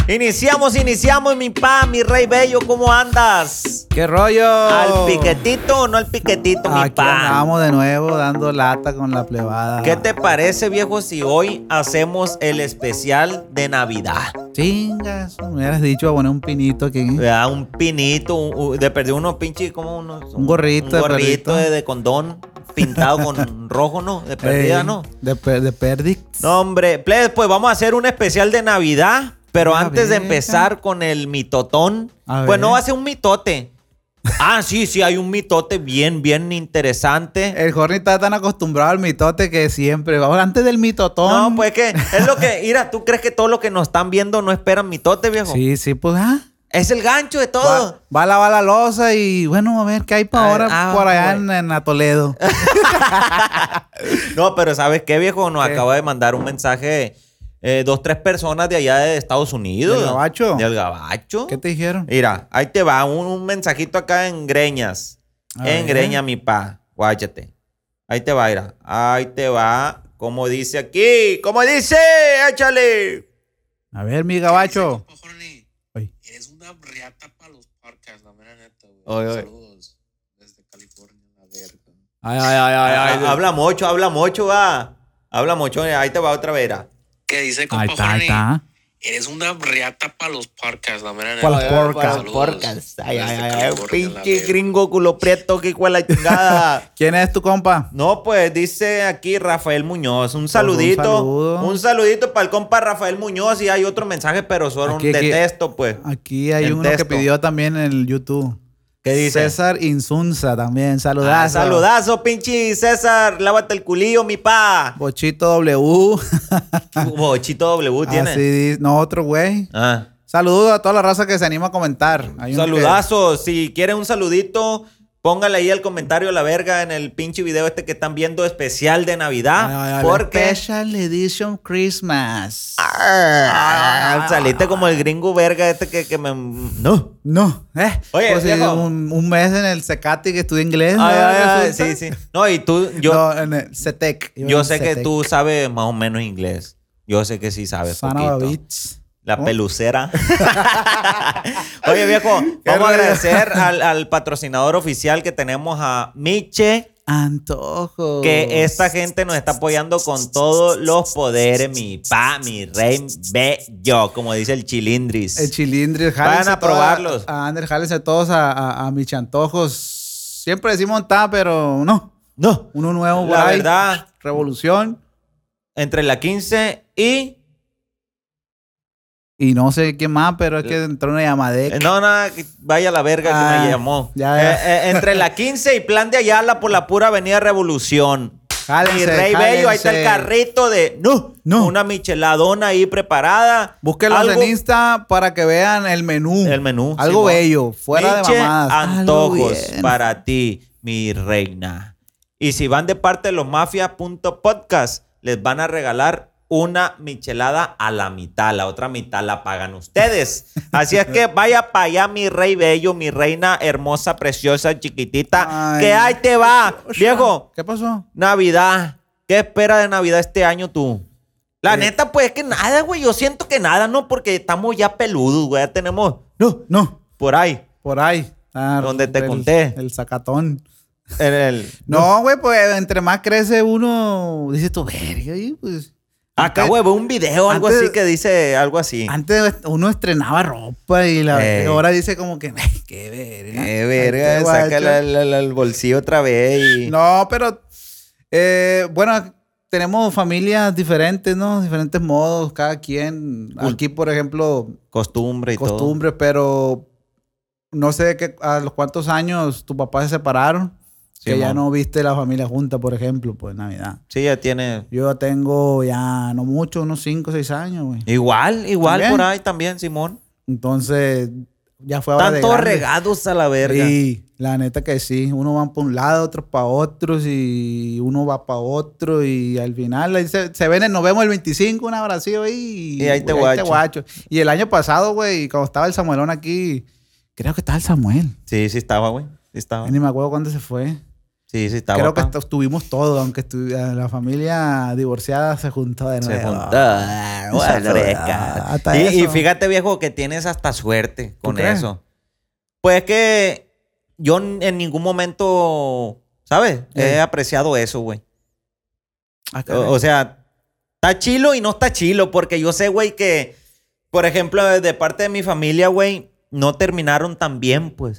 Iniciamos, mi mi rey bello, ¿cómo andas? ¿Qué rollo? ¿Al piquetito o no al piquetito, mi Aquí andamos de nuevo dando lata con la plebada. ¿Qué te parece, viejo, si hoy hacemos el especial de Navidad? Chingas, me hubieras dicho a poner un pinito aquí. Un pinito, de perder unos pinches, como unos... Un gorrito. Un gorrito de condón pintado con rojo, ¿no? De perdida, ¿no? De perdix. No, hombre, plebes, pues vamos a hacer un especial de Navidad. Pero antes de verga. empezar con el mitotón, A pues ver. no va a ser un mitote. Sí, hay un mitote bien interesante. El Jorni está tan acostumbrado al mitote que siempre. Ahora, antes del mitotón. No, pues que es lo que... Mira, ¿tú crees que todo lo que nos están viendo no esperan mitote, viejo? Sí, pues, Es el gancho de todo. Va a lavar la loza y bueno, a ver qué hay para ahora por allá en Toledo. No, pero ¿sabes qué, viejo? Nos ¿Qué? acaba de mandar un mensaje 2, 3 personas de allá de Estados Unidos. ¿Del Gabacho? Del Gabacho. ¿Qué te dijeron? Mira, ahí te va un mensajito acá en Greñas. A En ver. Greña, mi pa. Guáchate. Ahí te va, mira. Ahí te va. ¿Cómo dice aquí? ¿Cómo dice? Échale. A ver, mi gabacho. Ay. Eres una riata para los podcasts, la mera neta, güey. Oye. Saludos desde California, la verga. Ay. Habla mucho, va. Habla mucho. Ahí te va otra vez. Mira. ¿Qué dice, Ahí compa está, ahí Jorni? está. Eres una riata para los podcasts, la mera neta. Pa' los podcasts. Saludos Porcas. Ay, desde ay, California, la pinche verga. gringo culo prieto que hijo de la chingada. ¿Quién es tu compa? No, pues dice aquí Rafael Muñoz. Un saludito. saludo. Un saludito para el compa Rafael Muñoz. Y hay otro mensaje, pero son Aquí, de aquí. texto, pues. Aquí hay El uno texto. que pidió también en el YouTube. ¿Qué dice? César Insunza también. Saludazo. Saludazo, pinche César. Lávate el culillo, mi pa. Bochito W. Bochito W tiene. Así dice. No, otro güey. Ah. Saludos a toda la raza que se anima a comentar. Hay uno Saludazo. Si quieren un saludito, póngale ahí el comentario a la verga en el pinche video este que están viendo especial de que- Navidad. Ay, Porque Special Edition Christmas. saliste como el gringo verga este que me... No. No. Oye, Pues sí, viejo. un mes en el Cecati que estudié inglés. ¿no? Ay, Resulta. sí. No, y tú, No, en el CETEC. yo sé que tú sabes más o menos inglés. Yo sé que sí sabes Son of a poquito. bitch. La ¿Cómo? pelucera. Oye, viejo, vamos a agradecer al patrocinador oficial que tenemos a Miche, Antojos. que esta gente nos está apoyando con todos los poderes, mi pa, mi rey bello, como dice el Chilindris. El Chilindri. Vayan a probarlos. Ander, jálense todos a mis antojos. Siempre decimos ta, pero no. No, Uno nuevo por la ahí. verdad, Revolución. entre la 15 y... Y no sé qué más, pero es que entró una llamadera. No, nada, que vaya a la verga que me llamó. ya. Entre la 15 y Plan de Ayala por la pura Avenida Revolución. Jálense, Mi rey bello, ahí está el jálense. carrito de... No. Una micheladona ahí preparada. Búsquenlos Algo- en Insta para que vean el menú. El menú. Algo Simón. bello, fuera Miche de mamadas. Antojos Algo bien. para ti, mi reina. Y si van de parte de los mafia.podcast, les van a regalar una michelada a la mitad. La otra mitad la pagan ustedes. Así es que vaya para allá, mi rey bello, mi reina hermosa, preciosa, chiquitita. Ay. Que ahí te va, viejo. ¿Qué pasó? Navidad. ¿Qué espera de Navidad este año tú? La neta, pues que nada, güey. Yo siento que nada, ¿no? Porque estamos ya peludos, güey. Ya tenemos... No. Por ahí. Por ahí. Donde te el- conté. El sacatón. No. No, güey, pues entre más crece uno, dice tu verga, y pues. Acá, antes- güey, veo un video, algo antes- así que dice algo así. Antes uno estrenaba ropa y Ey. ahora dice como que, qué verga. Qué verga, Este saca guacho. el bolsillo otra vez y... No, pero bueno, tenemos familias diferentes, ¿no? Diferentes modos, cada quien. Aquí, por ejemplo, Costumbre y costumbres, pero no sé a los cuántos años tu papá se separaron, Sí, que ya mon. no viste la familia junta, por ejemplo, pues Navidad. todo. Sí, ya tiene... Yo tengo ya no mucho, unos 5 o 6 años, güey. Igual ¿También? por ahí también, Simón. Entonces, ya fue ahora Están de todos grande. regados a la verga. Sí, la neta que sí. Uno va para un lado, otros para otros y uno va para otro y al final ahí nos vemos el 25, un abrazo ahí Y ahí te güey, guacho. Y el año pasado, güey, cuando estaba el Samuelón aquí, creo que estaba el Samuel. Sí, estaba, güey. Sí estaba. Ni me acuerdo cuándo se fue. Sí, sí, está Creo guapa. que estuvimos todos, aunque la familia divorciada se juntó de nuevo. Se juntó. Exacto. Fresca. Hasta Y eso. fíjate, viejo, que tienes hasta suerte con crees? eso. Pues que yo en ningún momento, ¿sabes? He apreciado eso, güey. O sea, está chilo y no está chilo, porque yo sé, güey, que, por ejemplo, de parte de mi familia, güey, no terminaron tan bien, pues.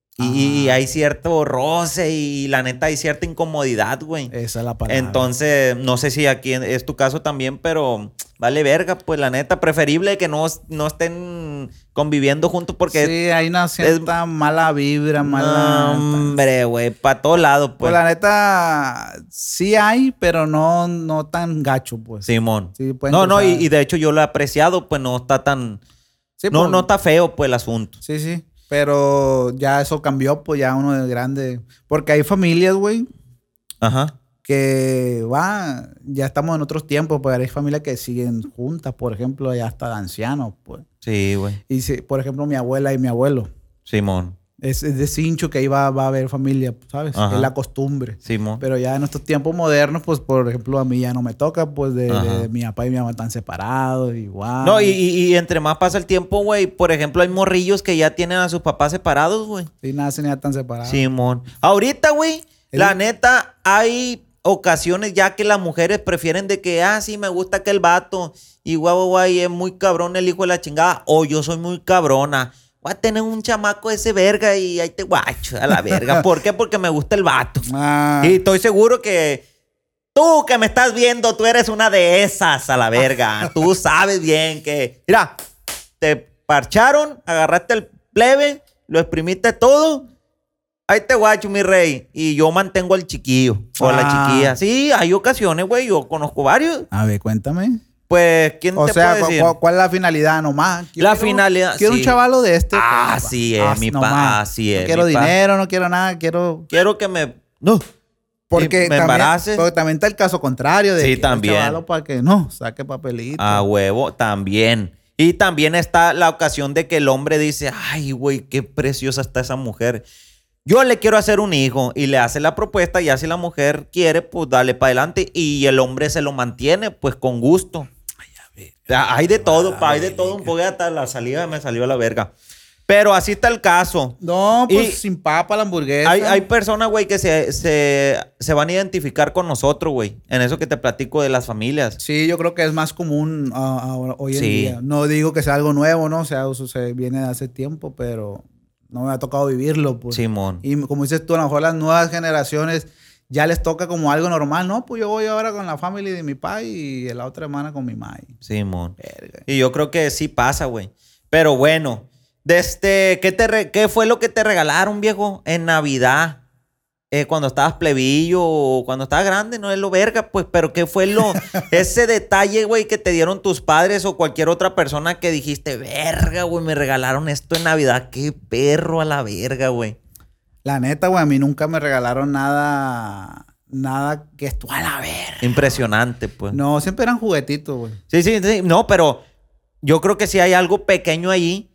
Y hay cierto roce y la neta hay cierta incomodidad, güey. Esa es la palabra. Entonces, no sé si aquí es tu caso también, pero vale verga, pues la neta, preferible que no estén conviviendo juntos porque... Sí, hay una cierta mala vibra, mala... No, hombre, güey, para todos lados, pues. Pues la neta, sí hay, pero no tan gacho, pues. Simón. Sí, pueden No, cruzar. y de hecho yo lo he apreciado, pues no está tan... Sí, no, pues, no está feo, pues, el asunto. Sí, sí. Pero ya eso cambió, pues ya uno de grande. Porque hay familias, güey, Ajá. que ya estamos en otros tiempos, pues hay familias que siguen juntas, por ejemplo, ya hasta de ancianos, pues. Sí, güey. Y por ejemplo, mi abuela y mi abuelo. Simón. Es de cincho que ahí va a haber familia, ¿sabes? Ajá. Es la costumbre. Simón. Pero ya en estos tiempos modernos, pues, por ejemplo, a mí ya no me toca, pues, de mi papá y mi mamá están separados, igual. No, y entre más pasa el tiempo, güey, por ejemplo, hay morrillos que ya tienen a sus papás separados, güey. Sí, nacen ya están separados. Simón. Ahorita, güey, la neta, hay ocasiones ya que las mujeres prefieren de que, sí, me gusta aquel vato y guay, es muy cabrón el hijo de la chingada, o yo soy muy cabrona. Voy a tener un chamaco ese verga y ahí te guacho a la verga. ¿Por qué? Porque me gusta el vato. Y estoy seguro que tú que me estás viendo, tú eres una de esas a la verga. Tú sabes bien que... Mira, te parcharon, agarraste el plebe, lo exprimiste todo. Ahí te guacho, mi rey. Y yo mantengo al chiquillo o a la chiquilla. Sí, hay ocasiones, güey. Yo conozco varios. A ver, cuéntame. Pues, ¿quién O te sea, puede decir? ¿cuál es la finalidad nomás? Finalidad, Quiero sí. un chavalo de este. Así es, mi pa. Así es. No quiero mi pa. dinero, no quiero nada, quiero... Quiero que me... No. Porque me embaraces. Porque también está el caso contrario de Sí, que también. el chavalo para que no saque papelito. A huevo, también. Y también está la ocasión de que el hombre dice, ay, güey, qué preciosa está esa mujer. Yo le quiero hacer un hijo y le hace la propuesta, ya si la mujer quiere, pues dale para adelante y el hombre se lo mantiene, pues con gusto. Hay de todo, hay de todo un poco, hasta la salida me salió a la verga. Pero así está el caso. No, pues Y sin papa la hamburguesa. hay personas, güey, que se van a identificar con nosotros, güey, en eso que te platico de las familias. Sí, yo creo que es más común ahora, hoy en Sí. día. No digo que sea algo nuevo, ¿no? O sea, eso se viene de hace tiempo, pero no me ha tocado vivirlo, pues. Simón. Y como dices tú, a lo mejor las nuevas generaciones ya les toca como algo normal, ¿no? Pues yo voy ahora con la familia de mi papá y la otra hermana con mi mamá. Simón. Verga. Y yo creo que sí pasa, güey. Pero bueno, ¿qué fue lo que te regalaron, viejo, en Navidad? Cuando estabas plebillo o cuando estabas grande, no es lo verga, pues, pero ¿qué fue ese detalle, güey, que te dieron tus padres o cualquier otra persona que dijiste, verga, güey, me regalaron esto en Navidad? Qué perro a la verga, güey. La neta, güey, a mí nunca me regalaron nada que estuvo a la verga. Impresionante, pues. No, siempre eran juguetitos, güey. Sí. No, pero yo creo que sí hay algo pequeño allí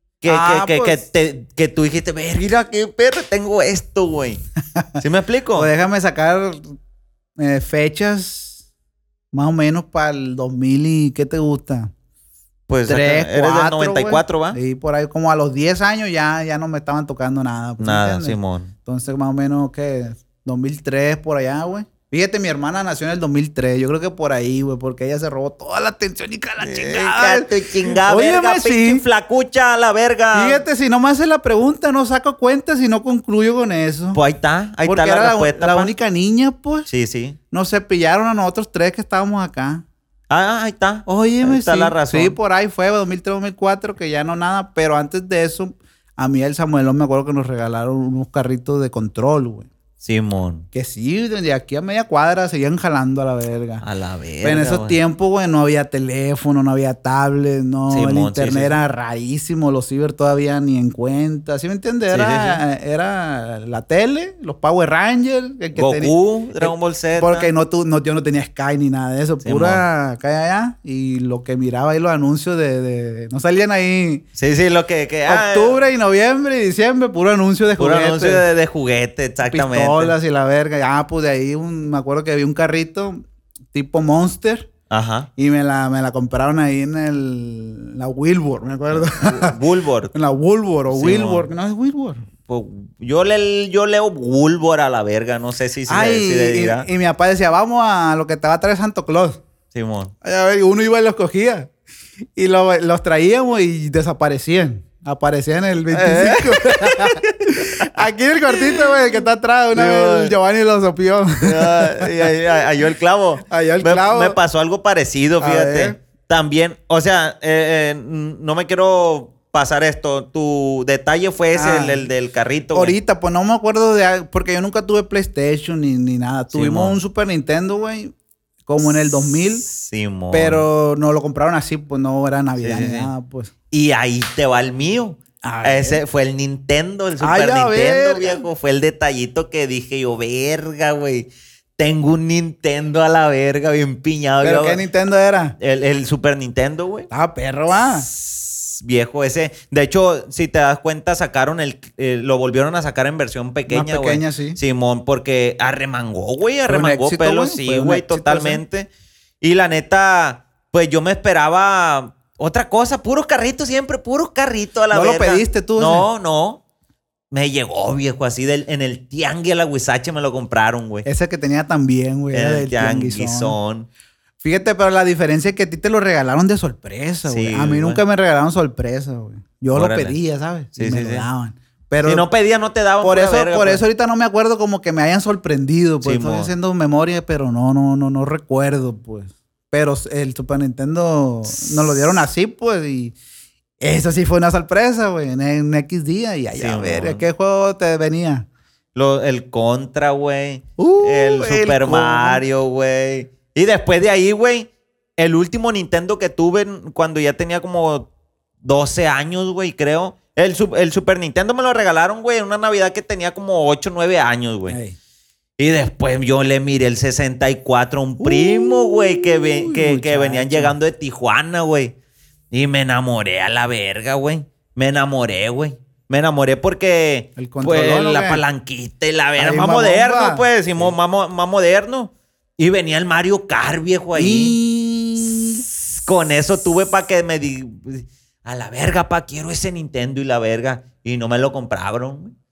que tú dijiste, mira qué perro, tengo esto, güey. ¿Sí me explico? Pues déjame sacar fechas más o menos para el 2000 y ¿qué te gusta? Pues 3, eres 4, del 94, güey. ¿va? Y por ahí como a los 10 años ya no me estaban tocando nada. Pues, Nada, ¿entiendes? Simón. Entonces más o menos, ¿qué? 2003 por allá, güey. Fíjate, mi hermana nació en el 2003. Yo creo que por ahí, güey, porque ella se robó toda la atención y que la chingada. Chingada, Óyeme, verga, sí. pinche flacucha a la verga. Fíjate, si no me hace la pregunta, no saco cuentas y no concluyo con eso. Pues ahí Porque está la era respuesta. la pa. única niña, pues. Sí. Nos cepillaron a nosotros 3 que estábamos acá. Ahí está. Óyeme, Ahí está sí. la razón. Sí, por ahí fue 2003-2004, que ya no nada. Pero antes de eso, a mí y el Samuelón me acuerdo que nos regalaron unos carritos de control, güey. Simón. Que sí, de aquí a media cuadra seguían jalando a la verga. A la verga. Pero en esos güey. tiempos, güey, no había teléfono, no había tablet, no, Simón, el sí, internet sí. era rarísimo, los ciber todavía ni en cuenta. ¿Sí me entiendes? Sí, Era la tele, los Power Rangers. El que Goku, Dragon Ball Z. porque yo no tenía Sky ni nada de eso, Simón. pura acá y allá. Y lo que miraba ahí los anuncios no salían ahí. Sí, lo que Octubre y noviembre y diciembre, puro anuncio de puro juguetes. anuncio de juguete, exactamente. bolas y la verga. Ah, pues de ahí me acuerdo que vi un carrito tipo Monster. Ajá. Y me la compraron ahí en la Wilbur, me acuerdo. Woolworth. En la Wilbur o Sí, Wilbur. No, es Wilbur. Pues, yo leo Woolworth a la verga. No sé si le dirá. Y mi papá decía, vamos a lo que te va a traer Santo Claus. Simón. Ay, a ver, y uno iba y los cogía. Y los traíamos y desaparecían. Aparecían el 25. Aquí en el cuartito, güey, que está atrás. Una vez el Giovanni lo sopió. Halló el clavo. Halló el clavo. Me pasó algo parecido, A fíjate. ver. También, o sea, no me quiero pasar esto. Tu detalle fue ese, el del carrito, güey. Ahorita, pues no me acuerdo porque yo nunca tuve PlayStation ni nada. Tuvimos Simón. un Super Nintendo, güey, como en el 2000. Simón. Pero nos lo compraron así, pues no era Navidad Sí, sí, ni sí. nada, pues. Y ahí te va el mío. A ver. Ese fue el Nintendo, el Super Ay, la Nintendo, verga. viejo. Fue el detallito que dije yo, verga, güey. Tengo un Nintendo a la verga, bien piñado. ¿Pero Yo- qué Nintendo era? el Super Nintendo, güey. Estaba perro, va. Viejo ese. De hecho, si te das cuenta, sacaron lo volvieron a sacar en versión pequeña, güey. pequeña, sí. Simón, porque arremangó, güey. Fue un Arremangó éxito, pelos, güey. sí, Fue un güey, éxito, totalmente. Y la neta, pues yo me esperaba otra cosa. Puros carritos siempre, puros carritos a la ¿No lo verga. pediste tú, No. Me llegó, viejo, así en el tianguis a la Huizache me lo compraron, güey. Ese que tenía también, güey. En Era el del tianguisón. tianguisón. Fíjate, pero la diferencia es que a ti te lo regalaron de sorpresa, güey. Sí, A mí güey. nunca me regalaron sorpresa, güey. Yo Órale. lo pedía, ¿sabes? Sí, y me sí, lo sí. daban. Pero Si no pedía, no te daban por pura eso, verga, por pues. eso ahorita no me acuerdo como que me hayan sorprendido. Pues estoy Simón. haciendo memoria, pero no recuerdo, pues. Pero el Super Nintendo nos lo dieron así, pues, y eso sí fue una sorpresa, güey, en X día. Y allá, a Simón. ver, ¿qué juego te venía? El Contra, güey. el El Super Contra. Mario, güey. Y después de ahí, güey, el último Nintendo que tuve cuando ya tenía como 12 años, güey, creo. El Super Nintendo me lo regalaron, güey, en una Navidad que tenía como 8 o 9 años, güey. Ey. Y después yo le miré el 64 a un primo, güey, que venían muchacho. llegando de Tijuana, güey. Y me enamoré a la verga, güey. Me enamoré, güey. Me enamoré porque ¿El controlón pues, o la qué? palanquita y la verga, Ahí, más mamomba. moderno, pues, sí, más moderno. Y venía el Mario Kart, viejo, ahí. Y... Con eso tuve para que me a la verga, pa, quiero ese Nintendo y la verga. Y no me lo compraron, güey.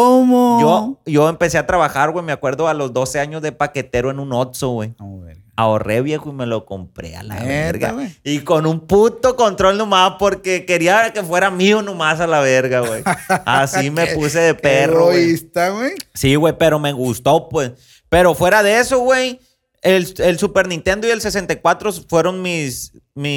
¿Cómo? Yo empecé a trabajar, güey, me acuerdo a los 12 años de paquetero en un Oxxo, güey. Vamos a ver. Ahorré, viejo, y me lo compré a la Neta, verga. güey. Y con un puto control nomás porque quería que fuera mío nomás a la verga, güey. Así me puse de perro, güey. Egoísta, güey. Sí, güey, pero me gustó, pues. Pero fuera de eso, güey, el Super Nintendo y el 64 fueron mis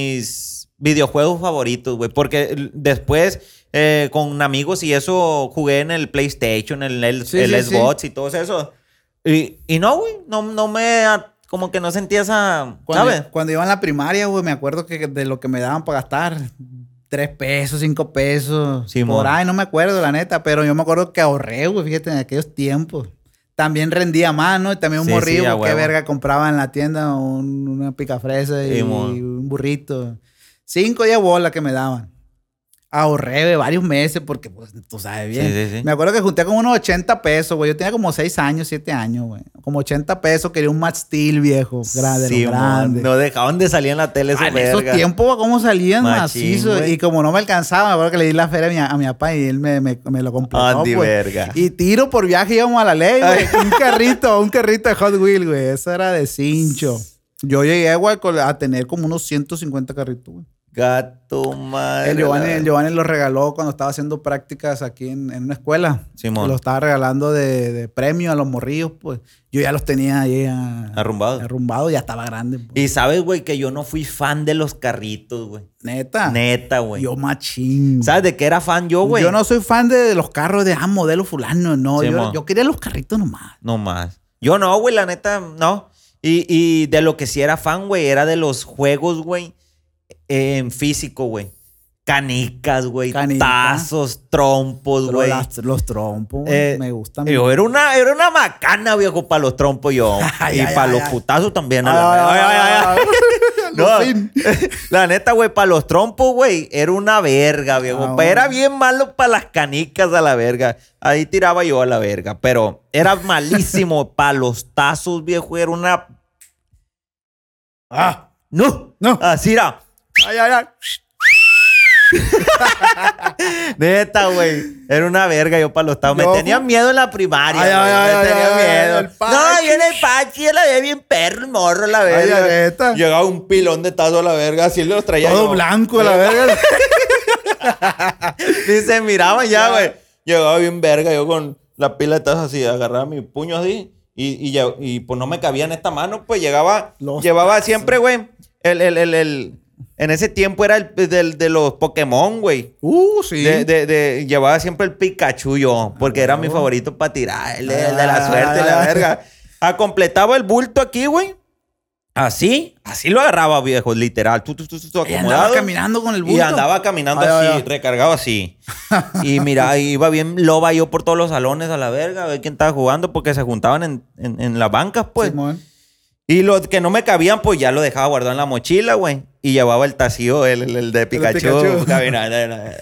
videojuegos favoritos, güey. Porque después, con amigos y eso, jugué en el PlayStation, el Sí, sí, Xbox y todo eso. Y no, güey, no me... Como que no sentía esa... ¿Sabes? Cuando iba en la primaria, güey, me acuerdo que de lo que me daban para gastar, 3 pesos, 5 pesos. Simón. Por ahí, no me acuerdo, la neta. Pero yo me acuerdo que ahorré, güey, fíjate, en aquellos tiempos. También rendía más, ¿no? Y también un Sí, morrillo, sí, a qué huevo. verga, compraba en la tienda una picafresa y Simón. un burrito. 5 10 bolas que me daban. Ahorré de varios meses porque, pues, tú sabes bien. Sí, sí, sí. Me acuerdo que junté como unos 80 pesos, güey. Yo tenía como 6 años, 7 años, güey. Como 80 pesos, quería un Max Steel viejo, grande, Sí, grande. no dejaban de salir en la tele esos En esos verga. tiempos, ¿cómo salían Machín, macizos? güey. Y como no me alcanzaba, me acuerdo que le di la feria a mi papá y él me lo compró. Andy verga. Y tiro por viaje íbamos a la ley, güey. Un carrito de Hot Wheels, güey. Eso era de cincho. Yo llegué, güey, a tener como unos 150 carritos, güey. Gato madre. El Giovanni lo regaló cuando estaba haciendo prácticas aquí en una escuela. Simón. Lo estaba regalando de premio a los morrillos, pues. Yo ya los tenía ahí Arrumbados. arrumbados, ya estaba grande. Pues. Y sabes, güey, que yo no fui fan de los carritos, güey. Neta. Neta, güey. Yo machín. ¿Sabes de qué era fan yo, güey? Yo no soy fan de los carros de modelo fulano, no. Sí, yo, mo. yo quería los carritos nomás. No más. Yo no, güey, la neta, no. Y de lo que sí era fan, güey, era de los juegos, güey, en físico, güey. Canicas, güey. Canica. Tazos, trompos, Pero güey. los trompos, güey, me gustan. Yo era una macana, viejo, para los trompos yo. Ay, y ay, para ay, los ay. putazos también. a la verga. Ay, ay, ay, ay. No, la neta, güey, para los trompos, güey, era una verga, viejo. Era bien malo para las canicas a la verga. Ahí tiraba yo a la verga. Pero era malísimo para los tazos, viejo. Era una... No. Así era. Ay. Neta, güey. Era una verga yo para los tazos. Me tenían miedo en la primaria. Me tenía miedo. No, yo en el Pachi, yo la veía bien perro, el morro, la verga. Neta. Llegaba un pilón de tazo a la verga. Así los traía todo yo. blanco, la verga. Ni se miraban ya, güey. Llegaba bien verga yo con la pila de tazos así. Agarraba mi puño así. Y pues no me cabía en esta mano. Pues llevaba siempre, güey. En ese tiempo era el de los Pokémon, güey. Sí. Llevaba siempre el Pikachu yo, porque era mi favorito para tirar. El de la suerte, la verga. Completaba el bulto aquí, güey. Así lo agarraba, viejo, literal. Tú acomodado. Andaba caminando con el bulto. Y andaba caminando así, recargado así. Y mira, iba bien loba yo por todos los salones a la verga, a ver quién estaba jugando, porque se juntaban en las bancas, pues. Simón. Y los que no me cabían, pues ya lo dejaba guardado en la mochila, güey. Y llevaba el tacío, el de Pikachu. Caminando.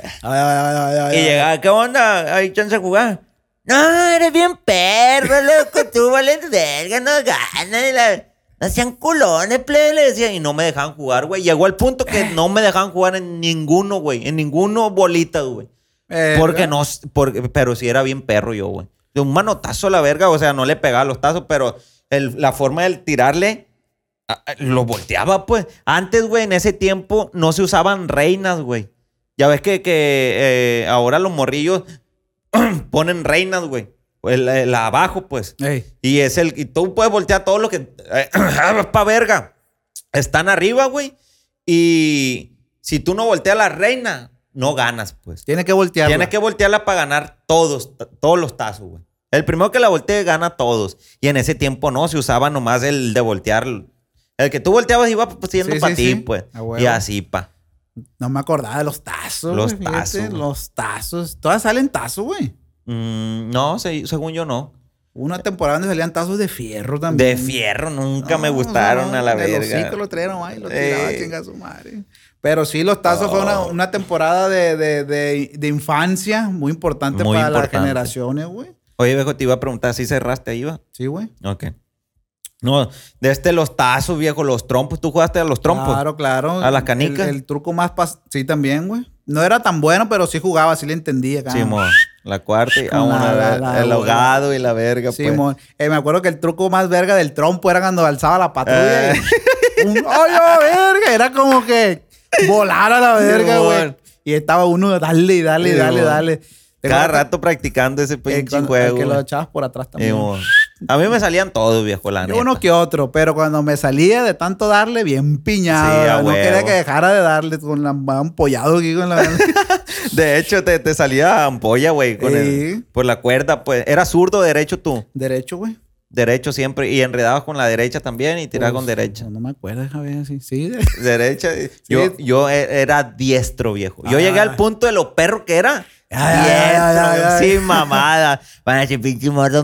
Y llegaba, ¿qué onda? ¿Hay chance de jugar? No, eres bien perro, loco. Tú vales verga, no ganas. No sean culones, plebe, le decía. Y no me dejaban jugar, güey. Llegó al punto que no me dejaban jugar en ninguno, güey. En ninguno bolitas, güey. Pero sí era bien perro yo, güey. De un manotazo a la verga. O sea, no le pegaba los tazos, pero... la forma de tirarle lo volteaba, pues. Antes, güey, en ese tiempo no se usaban reinas, güey. Ya ves que ahora los morrillos ponen reinas, güey. La abajo, pues. Ey. Y tú puedes voltear todo lo que... pa' verga. Están arriba, güey. Y si tú no volteas la reina, no ganas, pues. Tienes que voltearla. Tienes que voltearla para ganar todos los tazos, güey. El primero que la voltee gana todos. Y en ese tiempo no, se usaba nomás el de voltear. El que tú volteabas iba siendo para ti, pues. Y así, pa. No me acordaba de los tazos. Los tazos. Todas salen tazos, güey. No, según yo no. Una temporada donde salían tazos de fierro también. De fierro, nunca me gustaron a la verga. Sí, que lo trajeron ahí y lo tiraban, chinga su madre. Pero sí, los tazos fue una temporada de infancia muy importante para las generaciones, güey. Oye, viejo, te iba a preguntar si cerraste ahí, ¿va? Sí, güey. Ok. No, los tazos, viejo, los trompos. ¿Tú jugaste a los trompos? Claro. ¿A las canicas? El truco más... Sí, también, güey. No era tan bueno, pero sí jugaba, sí le entendía. Sí, mon. La cuarta y el ahogado y la verga, sí, pues. Me acuerdo que el truco más verga del trompo era cuando alzaba la patrulla. ¡Ay, verga! Era como que volar a la verga, güey. Y estaba uno dale. Cada rato practicando ese pinche juego. Que lo echabas por atrás también. A mí me salían todos, viejo, la neta. Uno que otro, pero cuando me salía de tanto darle, bien piñado. Sí, no quería que dejara de darle con la ampollado aquí con la... De hecho, te salía ampolla, güey, por la cuerda, pues. ¿Era zurdo o derecho tú? Derecho, güey. Derecho siempre. Y enredabas con la derecha también y tirabas con derecha. No me acuerdo, déjame ver. Sí. Derecha. Yo era diestro, viejo. Yo llegué al punto de lo perro que era. Sin mamada. Para ese pinche morro,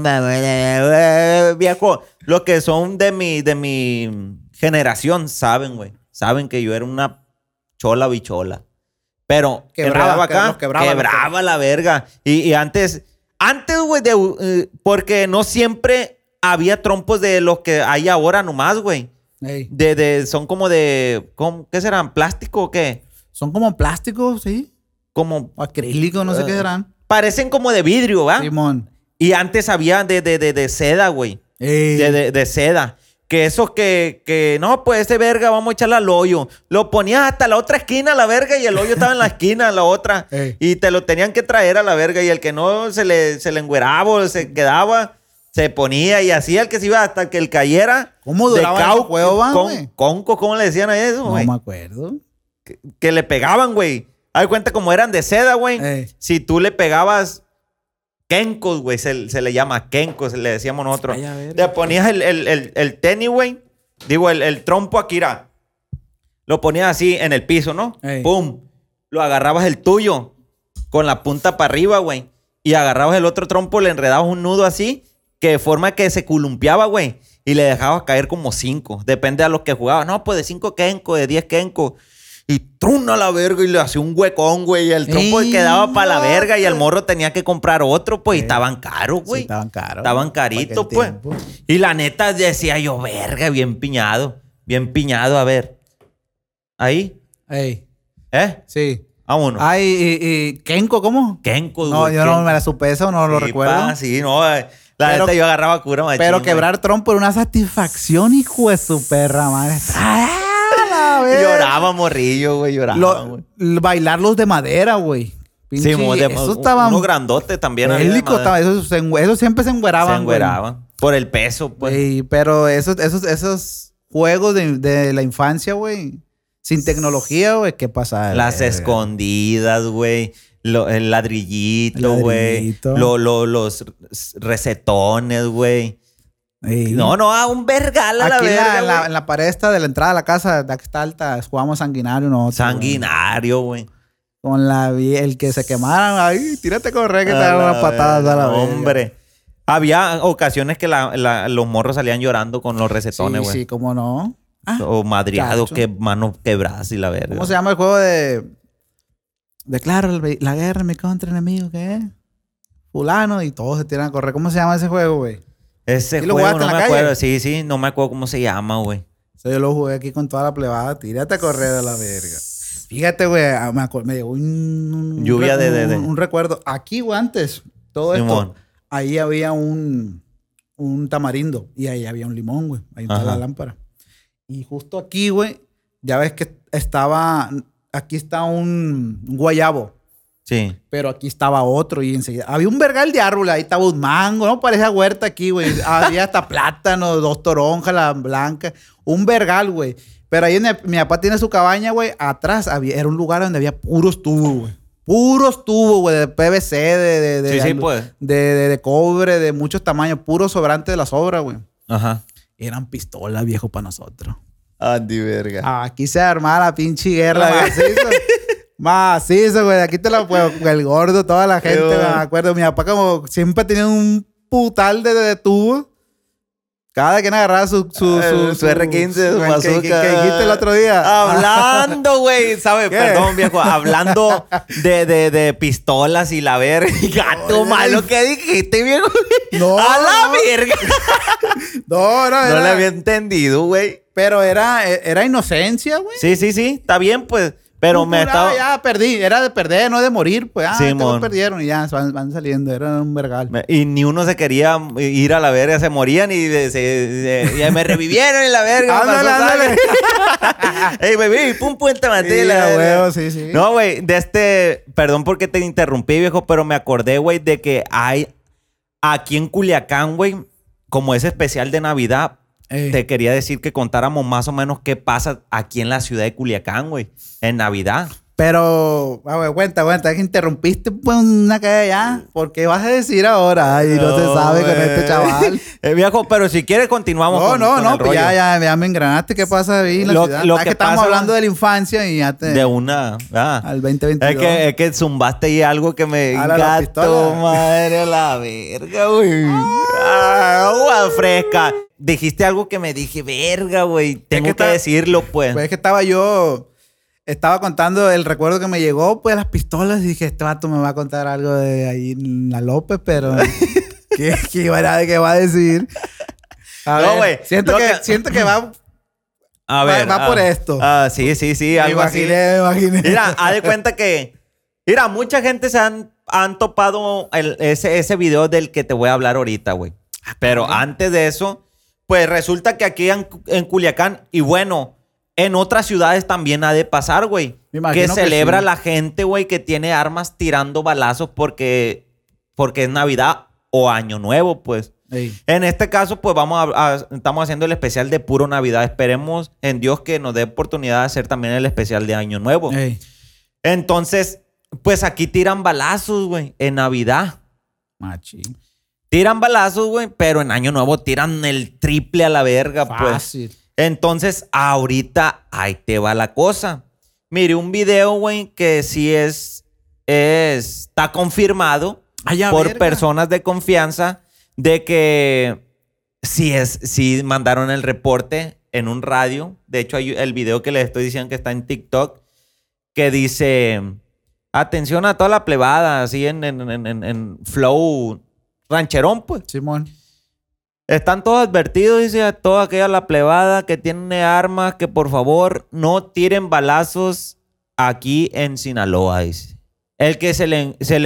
viejo. Los que son de mi generación saben, güey. Saben que yo era una chola bichola. Pero quebraba acá, quebraba la verga. Y antes, güey, porque no siempre había trompos de los que hay ahora nomás, güey. Son como de... ¿Qué serán? ¿Plástico o qué? Son como plásticos, sí. Como acrílico, no sé qué serán. Parecen como de vidrio, ¿va? Simón. Y antes había de seda, güey. De seda. Que esos que no, pues ese verga vamos a echarle al hoyo. Lo ponías hasta la otra esquina, la verga, y el hoyo estaba en la esquina, la otra. Y te lo tenían que traer a la verga. Y el que no se le engueraba o se quedaba, se ponía y hacía el que se iba hasta que el cayera. ¿Cómo duraba el juego, güey? Conco, ¿cómo le decían a eso, güey? No me acuerdo. Que le pegaban, güey. Haz cuenta como eran de seda, güey. Si tú le pegabas kenkos, güey, se le llama kenkos, le decíamos nosotros. Le ponías el tenis, güey. Digo, el trompo aquí, lo ponías así en el piso, ¿no? ¡Pum! Lo agarrabas el tuyo con la punta para arriba, güey. Y agarrabas el otro trompo, le enredabas un nudo así, que de forma que se columpiaba, güey. y le dejaba caer como 5. Depende a lo que jugaba. No, pues de 5 kenko, de 10 kenko. Y truna la verga y le hacía un huecón, güey. Y el trompo quedaba para la verga y el morro tenía que comprar otro, pues. Y estaban caros, güey. Sí, estaban caros. Estaban caritos, pues. Tiempo. Y la neta decía yo, verga, bien piñado. Bien piñado, a ver. Ahí. Ey. Sí. Sí. Vámonos. Ay, y Kenko, ¿cómo? Kenko, No, güey, yo no Kenko. me la supe eso, no lo Sí, recuerdo. pa, sí, no. La Pero- neta yo agarraba cura, machín, Pero güey. quebrar trompo era una satisfacción, hijo de su perra madre. ¡Ah, la verga! Lloraba, morrillo, güey. Lloraba, güey. Bailar los de madera, güey. Sí, Eso estaba... uno grandote también. había de bélico, madera. eso siempre se engueraban, Se engueraban. Por el peso, pues. güey. Pero esos juegos de la infancia, güey, sin tecnología, güey, ¿qué pasa? Las escondidas, güey. El ladrillito, El güey. ladrillito. Los recetones, güey. Ey. No, un vergal a la Aquí verga, en la, güey. en la pared esta de la entrada a la casa, de que está alta, jugamos sanguinario nosotros. Sanguinario, güey. Con el que se quemaran, ahí, tírate a correr que te A dan la unas patadas a la verga, verga. hombre. Había ocasiones que los morros salían llorando con los Sí, recetones, güey. sí, cómo no. Ah, O madriados, cacho. que manos quebradas y la verga. ¿Cómo se llama el juego de declaro la guerra en mi contra enemigo? ¿Qué es? Fulano y todos se tiran a correr. ¿Cómo se llama ese juego, güey? Ese ¿Y lo juego jugaste no en me la calle? acuerdo. Sí, sí, no me acuerdo cómo se llama, güey. Eso yo lo jugué aquí con toda la plebada. Tírate a correr a la verga. Fíjate, güey, me llegó Lluvia de- un recuerdo. Aquí, güey, antes, todo Simón. esto, ahí había un tamarindo y ahí había un limón, güey. Ahí está Ajá. la lámpara. Y justo aquí, güey, ya ves que aquí está un guayabo, Sí. pero aquí estaba otro y enseguida había un vergal de árbol, ahí estaba un mango, no parecía huerta aquí, güey. Había hasta plátano, 2 toronjas, la blanca, un vergal, güey. Pero ahí mi papá tiene su cabaña, güey, atrás era un lugar donde había puros tubos, güey. Puros tubos, güey, de PVC, Sí, pues. de cobre, de muchos tamaños, puros sobrantes de la sobra, güey. Ajá. Eran pistolas, viejo, para nosotros. Andy, verga. Aquí se armaba la pinche guerra macizo. Macizo, güey. Aquí te la puedo. El gordo, toda la gente, bueno. me acuerdo. Mi papá como siempre tenía un putal de tubo. Cada quien agarraba su R15, su que bazooka. dijiste el otro día. Hablando, güey, ¿sabes? ¿Qué? Perdón, viejo. Hablando de pistolas y la verga. Gato Oye, malo que dijiste, viejo. No, A la no. verga. No, No era, le había entendido, güey. pero era inocencia, güey. Sí, sí, sí. Está bien, pues. Pero me estaba... Ya perdí. Era de perder, no de morir. Pues, Simón. perdieron y ya van saliendo. Era un vergal. Y ni uno se quería ir a la verga, se morían y y me revivieron en la verga. me Ándale, pasó ándale. sangre. Ey, baby, pum, puente Sí, mantila. a huevo, sí. No, güey, perdón porque te interrumpí, viejo, pero me acordé, güey, de que hay aquí en Culiacán, güey, como ese especial de Navidad, Ey. te quería decir que contáramos más o menos qué pasa aquí en la ciudad de Culiacán, güey, en Navidad. Pero, güey, cuenta, es que interrumpiste pues una calle ya. ¿Por qué vas a decir ahora? Ay, no se sabe con güey. este chaval. Viejo, pero si quieres continuamos con No, el pues rollo. ya me engranaste. ¿Qué pasa ahí en la Lo- ciudad? lo Es que que estamos pasa, hablando güey, de la infancia y ya De una... al 2022. Es que zumbaste ahí algo que me... A la Gato, pistola. madre, la verga, güey. Agua fresca. Dijiste algo que me dije, verga, güey. Tengo que decirlo, pues. Pues es que estaba contando el recuerdo que me llegó, pues, las pistolas. Y dije, este vato me va a contar algo de ahí en la López, pero... ¿Qué va a decir? A No, ver, güey, siento lo que va... A ver. va por esto. Sí, Me algo así. imaginé. Mira, haz de cuenta que... Mira, mucha gente se han topado ese video del que te voy a hablar ahorita, güey. Pero antes de eso, pues resulta que aquí en Culiacán, y bueno, en otras ciudades también ha de pasar, güey. Me imagino Que que celebra sí. la gente, güey, que tiene armas tirando balazos porque es Navidad o Año Nuevo, pues. Ey. En este caso, pues estamos haciendo el especial de puro Navidad. Esperemos en Dios que nos dé oportunidad de hacer también el especial de Año Nuevo. Ey. Entonces, pues aquí tiran balazos, güey, en Navidad. Machi. Tiran balazos, güey, pero en Año Nuevo tiran el triple a la verga, pues. Fácil. Entonces, ahorita ahí te va la cosa. Mire, un video, güey, que sí está confirmado Ay, a por verga. personas de confianza de que Sí mandaron el reporte en un radio. De hecho, hay el video que les estoy diciendo que está en TikTok, que dice, atención a toda la plebada, así en flow rancherón, pues. Simón. Están todos advertidos, dice, a toda aquella la plebada que tiene armas, que por favor no tiren balazos aquí en Sinaloa, dice. El que se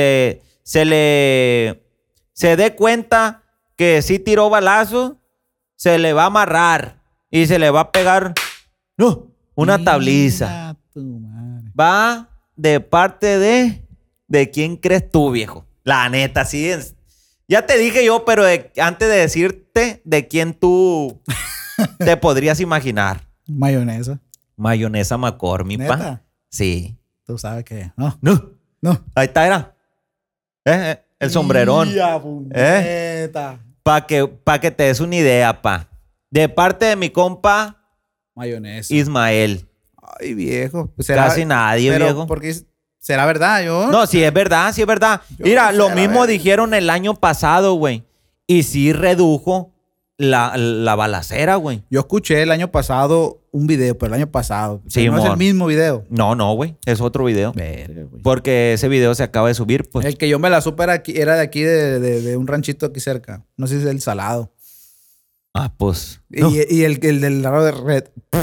dé cuenta que sí tiró balazos, se le va a amarrar y se le va a pegar una tabliza. Tu madre. Va de parte de quién crees tú, viejo. La neta, sí es. Ya te dije yo, pero antes de decirte de quién tú te podrías imaginar. Mayonesa. Mayonesa McCormick, pa. ¿Neta? Sí. Tú sabes que no. No. Ahí está, era. El sombrerón. Ya, puñeta. Pa' que te des una idea, pa. De parte de mi compa Mayonesa. Ismael. Ay, viejo. Pues Casi nadie, pero viejo. Porque será verdad, yo. No, sí es verdad, sí es verdad. Yo Mira, no sé, lo la mismo verdad. dijeron el año pasado, güey. Y sí redujo la balacera, güey. Yo escuché el año pasado un video, pero el año pasado. Sí, Pero no es el mon. mismo video. No, güey. Es otro video. Verga, güey. Porque ese video se acaba de subir, pues. El que yo me la supe era de aquí, de un ranchito aquí cerca. No sé si es el Salado. Ah, pues. Y el del lado de Red.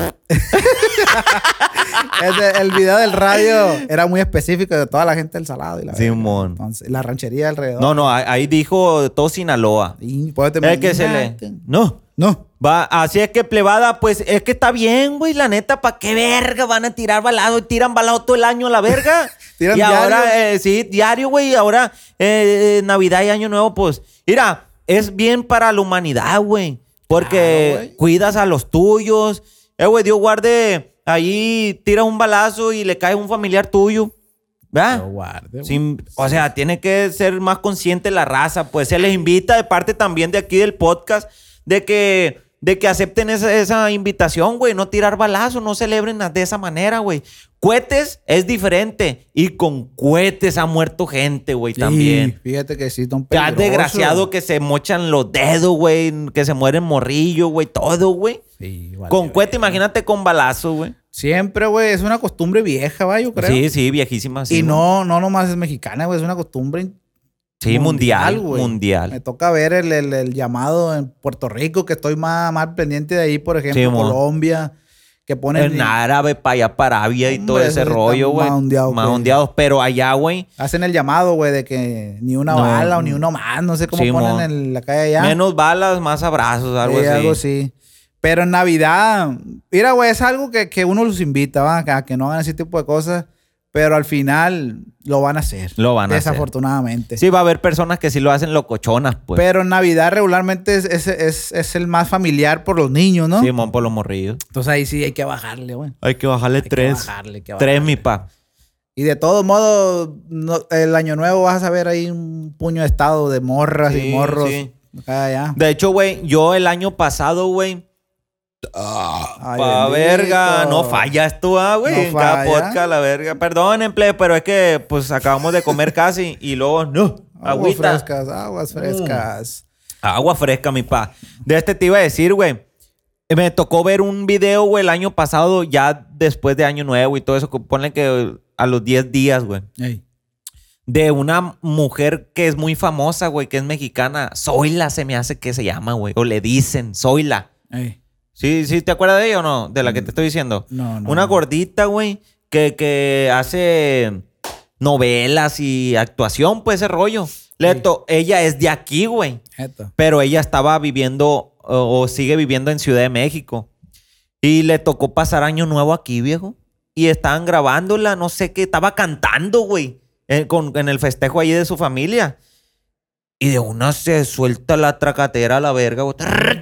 El video del radio era muy específico de toda la gente del Salado. Y la verga. Simón. Entonces, la ranchería alrededor. No, ahí dijo todo Sinaloa. Y puedes Es que se le... No. Va, así es que plebada, pues es que está bien, güey, la neta, ¿para qué verga van a tirar balazos? Tiran balazos todo el año a la verga. Tiran y ahora, diario. sí, diario, güey, y ahora Navidad y Año Nuevo, pues, mira, es bien para la humanidad, güey, porque Claro, güey. cuidas a los tuyos. Güey, Dios guarde, ahí tiras un balazo y le cae a un familiar tuyo, ¿verdad? Lo guarde, güey. O sea, tiene que ser más consciente la raza. Pues se les invita de parte también de aquí del podcast de que acepten esa invitación, güey. No tirar balazos, no celebren de esa manera, güey. Cohetes es diferente. Y con cohetes ha muerto gente, güey, Sí, también. fíjate que sí, están Ya peligrosos. desgraciado que se mochan los dedos, güey. Que se mueren morrillos, güey. Todo, güey. Sí, vale, Con güey. cohete, imagínate con balazo, güey. Siempre, güey, es una costumbre vieja, va, yo creo. Sí, viejísima. Sí, y güey. no nomás es mexicana, güey, es una costumbre Sí, mundial, güey. mundial. Me toca ver el llamado en Puerto Rico, que estoy más pendiente de ahí, por ejemplo, Sí, mon. Colombia, que ponen... En árabe, para allá, para Arabia y todo Hombre, ese esos rollo, están güey. más ondeados, Más güey. ondeados. Pero allá, güey, Hacen el llamado, güey, de que ni una No, bala o ni uno más, no sé cómo sí, ponen mon. en la calle allá. menos balas, más abrazos, algo Sí, así. algo así. Pero en Navidad, mira, güey, es algo que uno los invita, ¿va? A que no hagan ese tipo de cosas, pero al final lo van a hacer. Lo van a hacer. Desafortunadamente. Sí, va a haber personas que sí lo hacen locochonas, pues. Pero en Navidad regularmente es el más familiar por los niños, ¿no? Sí, mon, por los morrillos. Entonces ahí sí hay que bajarle, güey. Hay que bajarle Hay que bajarle, hay que Tres, bajarle. mi pa. Y de todos modos, el año nuevo vas a ver ahí un puño de estado de morras Sí, y morros. sí. Acá, allá. De hecho, güey, yo el año pasado, güey, Ay, pa' bendito. verga, no fallas tú, güey, No en cada falla. podcast, la verga. Perdonen, plebe, pero es que, pues, acabamos de comer casi y luego, no, Aguas agüita. frescas, aguas frescas. Agua fresca, mi pa. De este te iba a decir, güey. Me tocó ver un video, güey, el año pasado, ya después de Año Nuevo y todo eso. Ponle que a los 10 días, güey. Ey. De una mujer que es muy famosa, güey, que es mexicana. Zoila se me hace que se llama, güey. O le dicen, Zoila. Ey. ¿Sí te acuerdas de ella o no? De la que te estoy diciendo. No. Una gordita, güey, que hace novelas y actuación, pues, ese rollo. Ella es de aquí, güey. Neta. Pero ella estaba viviendo o sigue viviendo en Ciudad de México. Y le tocó pasar Año Nuevo aquí, viejo. Y estaban grabándola, no sé qué, estaba cantando, güey, en el festejo ahí de su familia. Y de una se suelta la tracatera a la verga, güey.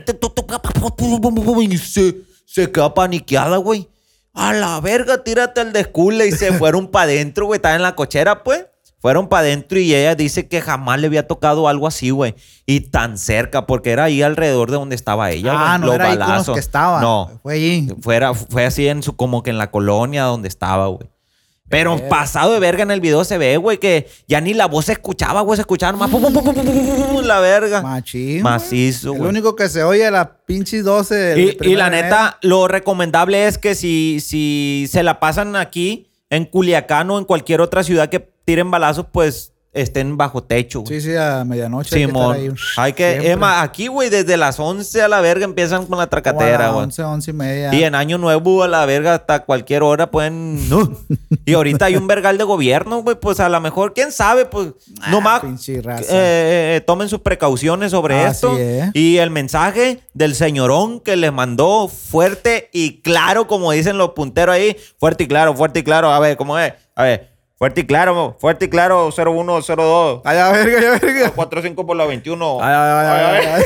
Y se queda paniqueada, güey. A la verga, tírate al descule. Y se fueron para adentro, güey. Estaba en la cochera, pues. Fueron para adentro y ella dice que jamás le había tocado algo así, güey. Y tan cerca, porque era ahí alrededor de donde estaba ella, güey. Ah, no Los era ahí con los balazos. que estaba. No. Fue allí. Fue así como que en la colonia donde estaba, güey. Pero pasado de verga en el video se ve, güey, que ya ni la voz se escuchaba, güey. Se escuchaba nomás la verga. Machín. Macizo, güey. güey. El único que se oye a las pinches 12. Y la neta, lo recomendable es que si se la pasan aquí, en Culiacán o en cualquier otra ciudad que tiren balazos, pues estén bajo techo, güey. Sí, a medianoche. Simón. Hay que estar ahí. Es más, aquí, güey, desde las 11 a la verga empiezan con la tracatera, güey. 11 y media. Y en Año Nuevo a la verga hasta cualquier hora pueden... Y ahorita hay un vergal de gobierno, güey. Pues a lo mejor, quién sabe, pues nomás tomen sus precauciones sobre esto. Y el mensaje del señorón que les mandó fuerte y claro, como dicen los punteros ahí. Fuerte y claro, fuerte y claro. A ver, ¿cómo es? A ver. Fuerte y claro, 0102. Ay, a verga. 45 por la 21. Ay.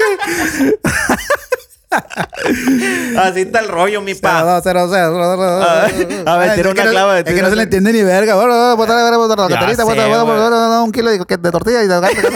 Así está el rollo, mi pa. 0. A ver, tira una clave. Es que no se le entiende ni verga. Un kilo de tortilla y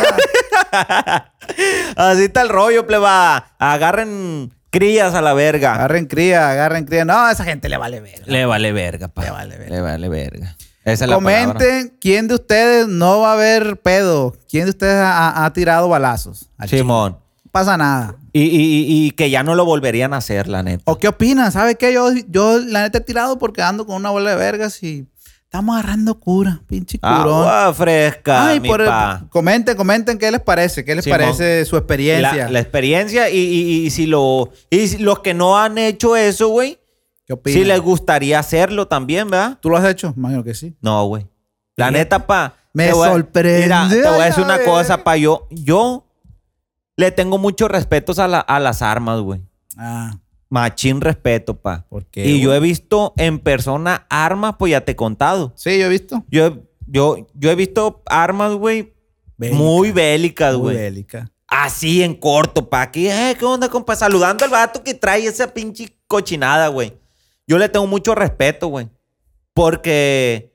así está el rollo, pleba. Agarren crías a la verga. Agarren cría. No, a esa gente le vale verga. Le vale verga, pa. Le vale verga. Esa es la palabra. Comenten quién de ustedes no va a haber pedo. ¿Quién de ustedes ha tirado balazos? Simón. No pasa nada. Y que ya no lo volverían a hacer, la neta. ¿O qué opinan? ¿Sabe qué? Yo la neta he tirado porque ando con una bola de vergas y estamos agarrando cura. Pinche curón. Agua fresca, Ay, mi pa. Comenten qué les parece. ¿Qué les parece su experiencia? La experiencia y si los que no han hecho eso, güey. ¿Qué opinas? Si les gustaría hacerlo también, ¿verdad? ¿Tú lo has hecho? Imagino que sí. No, güey. La neta, pa. Me sorprende. Mira, te voy a decir una cosa, pa. Yo le tengo mucho respeto a las armas, güey. Machín respeto, pa. ¿Por qué? Y yo he visto en persona armas, pues ya te he contado. Sí, yo he visto. Yo he visto armas, güey, muy bélicas, güey. Muy bélicas. Así en corto, pa. Aquí, ¿qué onda, compa? Saludando al vato que trae esa pinche cochinada, güey. Yo le tengo mucho respeto, güey. Porque,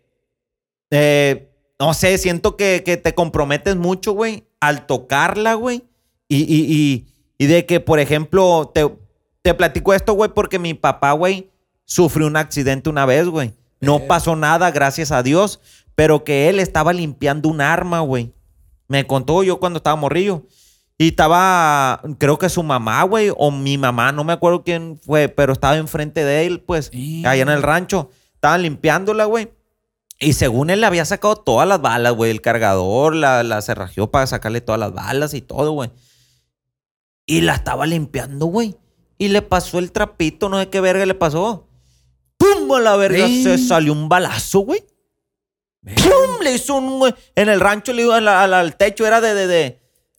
no sé, siento que te comprometes mucho, güey, al tocarla, güey. Y de que, por ejemplo, te platico esto, güey, porque mi papá, güey, sufrió un accidente una vez, güey. No pasó nada, gracias a Dios, pero que él estaba limpiando un arma, güey. Me contó yo cuando estaba morrillo. Y estaba, creo que su mamá, güey, o mi mamá, no me acuerdo quién fue, pero estaba enfrente de él, pues, allá en el rancho. Estaban limpiándola, güey. Y según él le había sacado todas las balas, güey. El cargador la cerrajeó para sacarle todas las balas y todo, güey. Y la estaba limpiando, güey. Y le pasó el trapito, no sé qué verga le pasó. ¡Pum! A la verga se salió un balazo, güey. ¡Pum! Le hizo un, güey. En el rancho le iba al techo, era de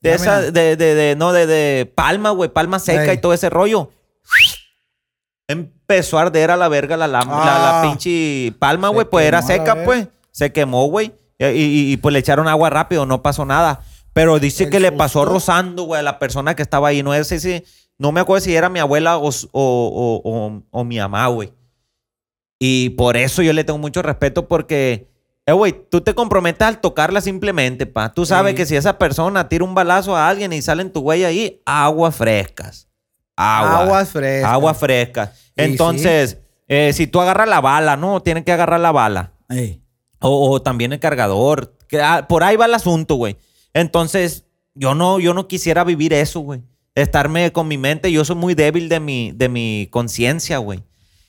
palma, güey. Palma seca y todo ese rollo. Empezó a arder a la verga la pinche palma, güey. Pues era seca, pues. Se quemó, güey. Y pues le echaron agua rápido, no pasó nada. Pero dice que le pasó rozando, güey, a la persona que estaba ahí. No sé si... No me acuerdo si era mi abuela o mi mamá, güey. Y por eso yo le tengo mucho respeto porque... güey, tú te comprometes al tocarla simplemente, pa. Tú sabes que si esa persona tira un balazo a alguien y sale en tu güey ahí, aguas frescas. Aguas frescas. Aguas frescas. Entonces, si tú agarras la bala, ¿no? Tienes que agarrar la bala. O también el cargador. Por ahí va el asunto, güey. Entonces, yo no quisiera vivir eso, güey. Estarme con mi mente. Yo soy muy débil de mi conciencia, güey.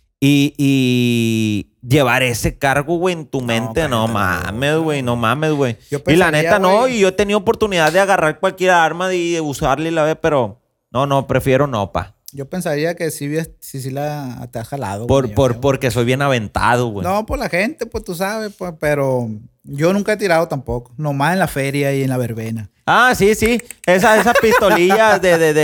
Y llevar ese cargo, güey, en tu mente, no mames, güey, no mames, güey. Y la neta, no, y yo he tenido oportunidad de agarrar cualquier arma y de usarla y la vez, pero no, prefiero no, pa. Yo pensaría que sí la te ha jalado. Porque soy bien aventado, güey. No, por la gente, pues tú sabes, pues, pero yo nunca he tirado tampoco. Nomás en la feria y en la verbena. Ah, sí. Esas pistolillas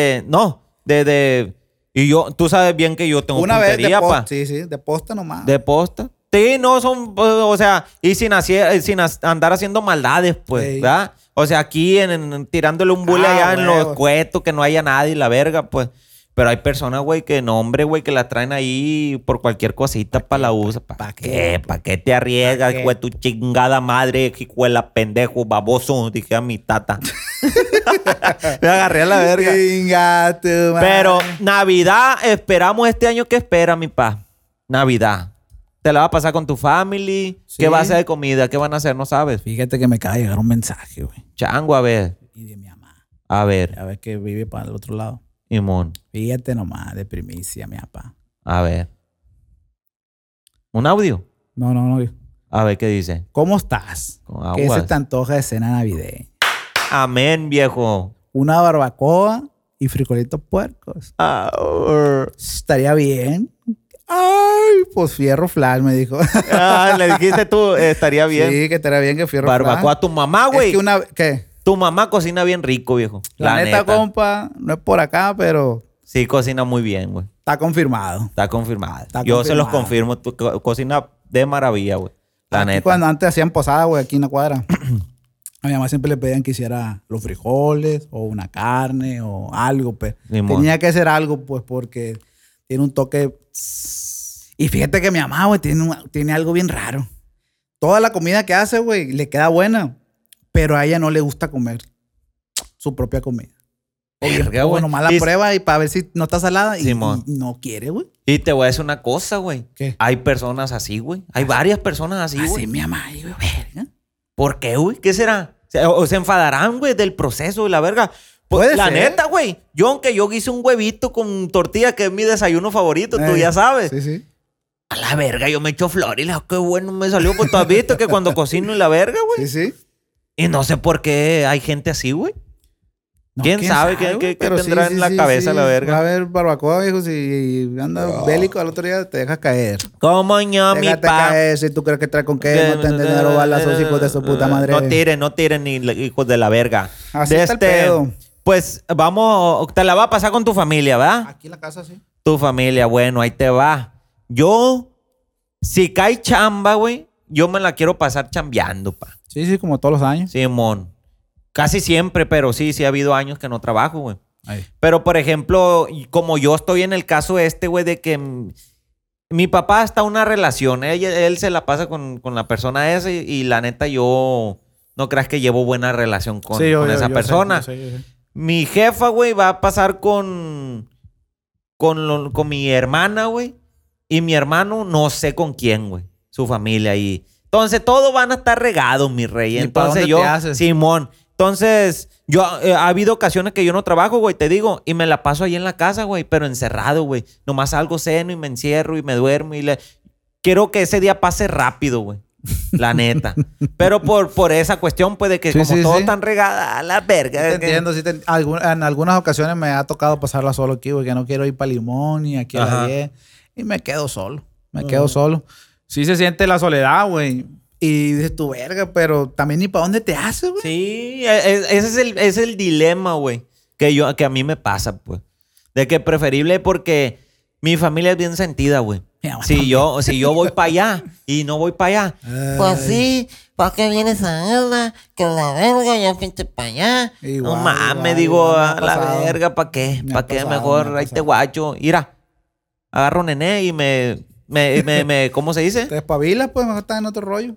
y yo, tú sabes bien que yo tengo una puntería, vez pa. Sí, de posta nomás. ¿De posta? Sí, no son, o sea, y sin andar haciendo maldades, pues, sí. ¿Verdad? O sea, aquí tirándole un bule allá en los cuetos, que no haya nadie, la verga, pues. Pero hay personas, güey, que no, hombre, güey, que la traen ahí por cualquier cosita para la usa. ¿Para qué? ¿Para qué te arriesgas, güey? Tu chingada madre, hijuela, pendejo, baboso, dije a mi tata. Me agarré a la verga. Chinga tu madre. Pero Navidad, esperamos este año. ¿Qué espera, mi pa? Navidad. ¿Te la vas a pasar con tu family? Sí. ¿Qué va a hacer de comida? ¿Qué van a hacer? No sabes. Fíjate que me acaba de llegar un mensaje, güey. Chango, a ver. Y de mi mamá. A ver. A ver que vive para el otro lado. Imón. Fíjate nomás, de primicia, mi papá. A ver. ¿Un audio? No. A ver qué dice. ¿Cómo estás? Con ¿Qué se aguas. te antoja de cena navideña? Amén, viejo. Una barbacoa y frijolitos puercos. Estaría bien. Ay, pues fierro flash, me dijo. Le dijiste tú, estaría bien. Sí, que estaría bien que fierro Barbacoa. flash. Tu mamá, Es güey. que ¿qué? Tu mamá cocina bien rico, viejo. La neta, compa, no es por acá, pero Sí, cocina muy bien, güey. está confirmado. Está confirmada. Está Yo se los confirmado. confirmo. Cocina de maravilla, güey. La Aquí neta. cuando antes hacían posada, güey, aquí en la cuadra, a mi mamá siempre le pedían que hiciera los frijoles o una carne o algo, pues. Simón. Tenía que hacer algo, pues, porque tiene un toque. Y fíjate que mi mamá, güey, tiene algo bien raro. Toda la comida que hace, güey, le queda buena, pero a ella no le gusta comer su propia comida. Verga, O güey. nomás la Y- prueba y para ver si no está salada y Simón. no quiere, güey. Y te voy a decir una cosa, güey. ¿Qué? Hay personas así, güey. Hay varias personas así, Así güey. mi mamá, y, güey, verga. ¿Por qué, güey? ¿Qué será? O se enfadarán, güey, del proceso y la verga. Pues, Puede la ser. neta, güey. Yo, aunque yo guise un huevito con tortilla, que es mi desayuno favorito, tú ya sabes. Sí, sí. A la verga, yo me echo flor y la qué bueno me salió. Pues tú has visto que cuando cocino y la verga, güey. Sí, sí. Y no sé por qué hay gente así, güey. No, ¿Quién sabe qué güey? Pero tendrá en la cabeza la verga? Va a haber barbacoa, viejo. Si anda bélico al otro día, te dejas caer. ¿Cómo ño, mi Déjate pa? caer. Si tú crees que trae con qué, no te entienden a robar las hijos de su puta madre. No tiren, ni hijos de la verga. Así De está el pedo. Pues vamos, te la va a pasar con tu familia, ¿verdad? Aquí en la casa, sí. Tu familia, bueno, ahí te va. Yo, si cae chamba, güey, yo me la quiero pasar chambeando, pa. Sí, sí, como todos los años. Simón. Casi siempre, pero sí ha habido años que no trabajo, güey. Ahí. Pero, por ejemplo, como yo estoy en el caso güey, de que mi papá está en una relación. Él se la pasa con la persona esa y la neta yo no creas que llevo buena relación con esa persona. Yo sé. Mi jefa, güey, va a pasar con mi hermana, güey. Y mi hermano no sé con quién, güey. Su familia. Y entonces todos van a estar regados, mi rey. ¿Y pa' Entonces dónde yo, te haces? Simón. Entonces, yo ha habido ocasiones que yo no trabajo, güey, te digo, y me la paso ahí en la casa, güey, pero encerrado, güey. Nomás salgo ceno y me encierro y me duermo quiero que ese día pase rápido, güey. La neta. Pero por esa cuestión, pues, de que Sí, como sí, todos sí. están regadas a la verga. Te entiendo. Sí en algunas ocasiones me ha tocado pasarla solo aquí, güey, que no quiero ir para Limón y aquí a Ajá. la 10. Y me quedo solo. Me quedo solo. Sí se siente la soledad, güey. Y dices tu verga, pero también ni para dónde te haces, güey. Sí, ese es el dilema, güey, que a mí me pasa, pues. De que preferible porque mi familia es bien sentida, güey. Mi mamá Si yo voy para allá y no voy para allá, Pues sí, ¿para qué vienes a Alba? Que la verga, ya fuiste para allá. no mames, digo, a la verga, ¿para qué? Me ha ¿Para qué? pasado, Mejor me ha ahí te pasado. guacho. Mira, agarro nené y me ¿cómo se dice? Te despabilas, pues mejor estás en otro rollo.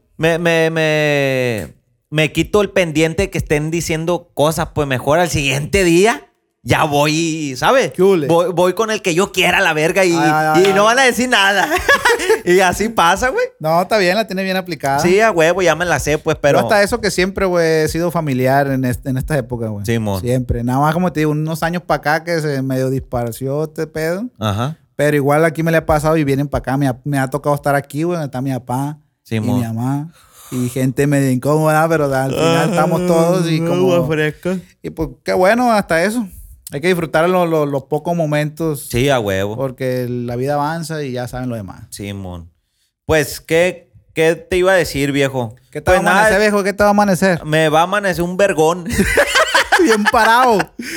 Me quito el pendiente que estén diciendo cosas, pues mejor al siguiente día ya voy, ¿sabes? ¿Qué hule? Voy con el que yo quiera la verga y no van a decir nada. Y así pasa, güey. No, está bien, la tienes bien aplicada. Sí, a huevo, ya me la sé, pues, pero... Pero hasta eso que siempre, güey, he sido familiar en esta época, güey. Simón. Siempre. Nada más, como te digo, unos años para acá que se medio dispareció este pedo. Ajá. Pero igual aquí me le ha pasado y vienen para acá. Me ha tocado estar aquí, güey. Está mi papá Simón. y mi mamá. Y gente medio incómoda, pero al final estamos todos y como... Y pues qué bueno hasta eso. Hay que disfrutar los pocos momentos. Sí, a huevo. Porque la vida avanza y ya saben lo demás. Simón. Pues, ¿qué te iba a decir, viejo? ¿Qué te va a Pues amanecer, nada, viejo? ¿Qué te va a amanecer? me va a amanecer un vergón. Bien parado.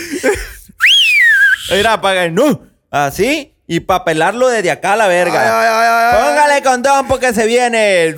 Mira, apaga no. Así. Y para pelarlo desde acá a la verga. Ay, ay, ay, ay. Póngale condón porque se viene.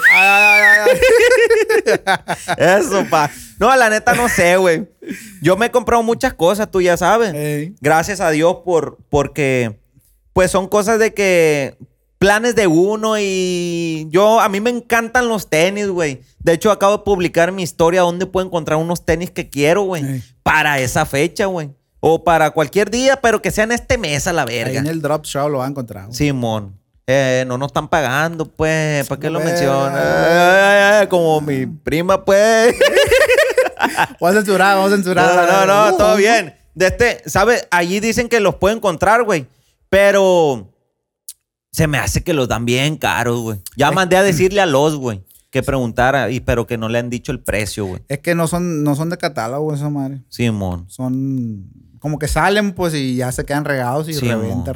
Eso, pa. No, la neta no sé, güey. Yo me he comprado muchas cosas, tú ya sabes. Ey. Gracias a Dios porque pues son cosas de que planes de uno y a mí me encantan los tenis, güey. De hecho, acabo de publicar mi historia donde puedo encontrar unos tenis que quiero, güey. Ey. Para esa fecha, güey. O para cualquier día, pero que sean este mes a la Ahí verga. en el drop show lo va a encontrar. güey. Simón. no nos están pagando, pues. ¿Para qué lo Pues. mencionas? Como mi prima, pues. Vamos a censurar. No, todo bien. ¿Sabes? Allí dicen que los puedo encontrar, güey. Pero se me hace que los dan bien caros, güey. Ya mandé a decirle a los, güey, que preguntara, pero que no le han dicho el precio, güey. Es que no son de catálogo esa madre. Simón. Son como que salen, pues, y ya se quedan regados y Sí, reventa.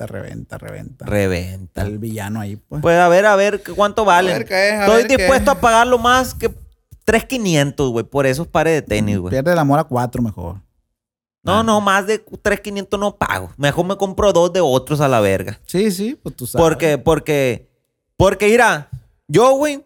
Reventa. El villano ahí, pues. Pues a ver cuánto valen. A ver qué es, a Estoy ver qué dispuesto es. a pagarlo más que 3,500, güey, por esos pares de tenis, güey. Pierde el amor a 4 mejor. No, más de 3,500 no pago. Mejor me compro 2 de otros a la verga. Sí, pues tú sabes. Porque, mira, yo, güey,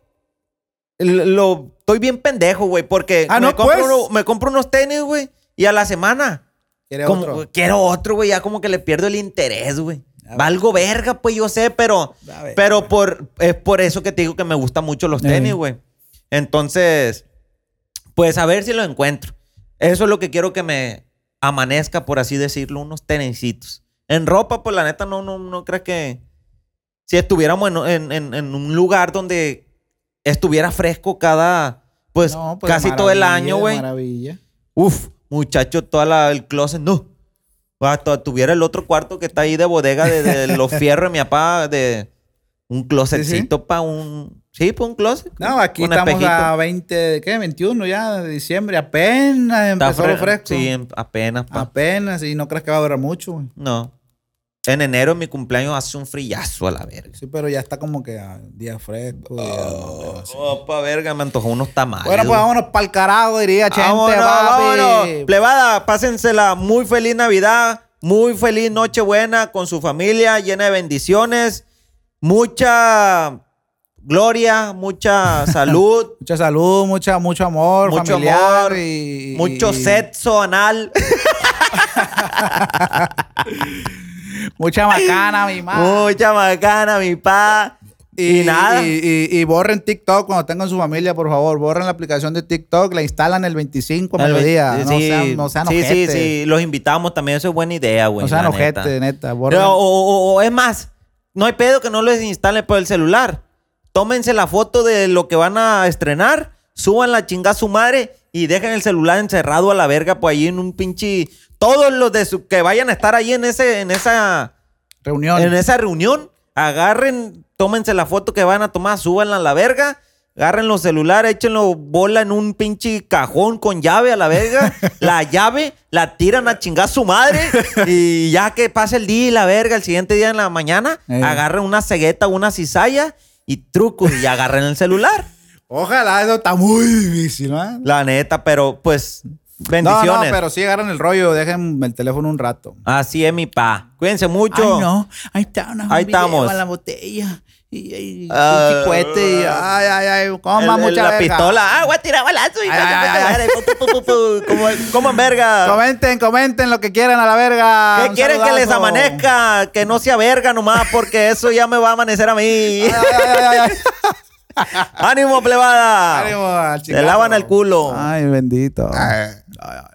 estoy bien pendejo, güey, porque me compro unos tenis, güey, y a la semana quiero otro, güey, ya como que le pierdo el interés, güey. Valgo verga, pues yo sé, pero es por eso que te digo que me gustan mucho los tenis, güey. Entonces, pues a ver si lo encuentro. Eso es lo que quiero que me amanezca, por así decirlo, unos tenisitos. En ropa, pues la neta, no crees que si estuviéramos en un lugar donde estuviera fresco casi todo el año, güey. Maravilla. Uf, muchacho, el closet, no. Tuviera el otro cuarto que está ahí de bodega de los fierros de mi papá, de un closetcito para un... Sí, para un closet. No, aquí con estamos espejito. a 21 ya de diciembre. Apenas empezó lo fresco. Sí, apenas. Apenas, y no crees que va a durar mucho, güey. No. En enero, en mi cumpleaños, hace un frillazo a la verga. Sí, pero ya está como que a día fresco. Pa' verga, me antojó unos tamales. Bueno, pues vámonos para el carajo, diría Chente, Vámonos. papi. Plebada, pásensela muy feliz Navidad, muy feliz Nochebuena con su familia, llena de bendiciones, mucha gloria, mucha salud. Mucha salud, mucho amor Mucho familiar. amor, mucho sexo anal. Mucha macana, mi madre. Mucha bacana, mi pa. Y nada. Y borren TikTok cuando tengan su familia, por favor. Borren la aplicación de TikTok, la instalan el 25 a mediodía. No sean ojetes. Sí. Los invitamos también. Eso es buena idea, güey. No sean la ojetes, neta. Borren. O es más, no hay pedo que no les instalen por el celular. Tómense la foto de lo que van a estrenar, suban la chingada a su madre y dejen el celular encerrado a la verga por ahí en un pinche... Todos los que vayan a estar ahí en esa reunión, agarren, tómense la foto que van a tomar, súbanla a la verga, agarren los celulares, échenlo bola en un pinche cajón con llave a la verga, la llave la tiran a chingar a su madre y ya que pase el día y la verga, el siguiente día en la mañana, agarren una cegueta, una cizalla y trucos y agarren el celular. Ojalá, eso está muy difícil, ¿no? La neta, pero pues... Bendiciones. No, pero sí agarran el rollo, dejen el teléfono un rato. Así es, mi pa. Cuídense mucho. Ay, no. Ahí está, Ahí estamos. la botella. Y chicuete. Y ay. ¿Cómo mucha la verga? pistola. Voy a tirar balazo. ¿Cómo en verga? Comenten lo que quieran a la verga. ¿Qué Un quieren que les saludazo. amanezca? Que no sea verga nomás, porque eso ya me va a amanecer a mí. Ay. ¡Ánimo, plebada! Ánimo al Te chingazo. lavan el culo. Ay, bendito. Ay.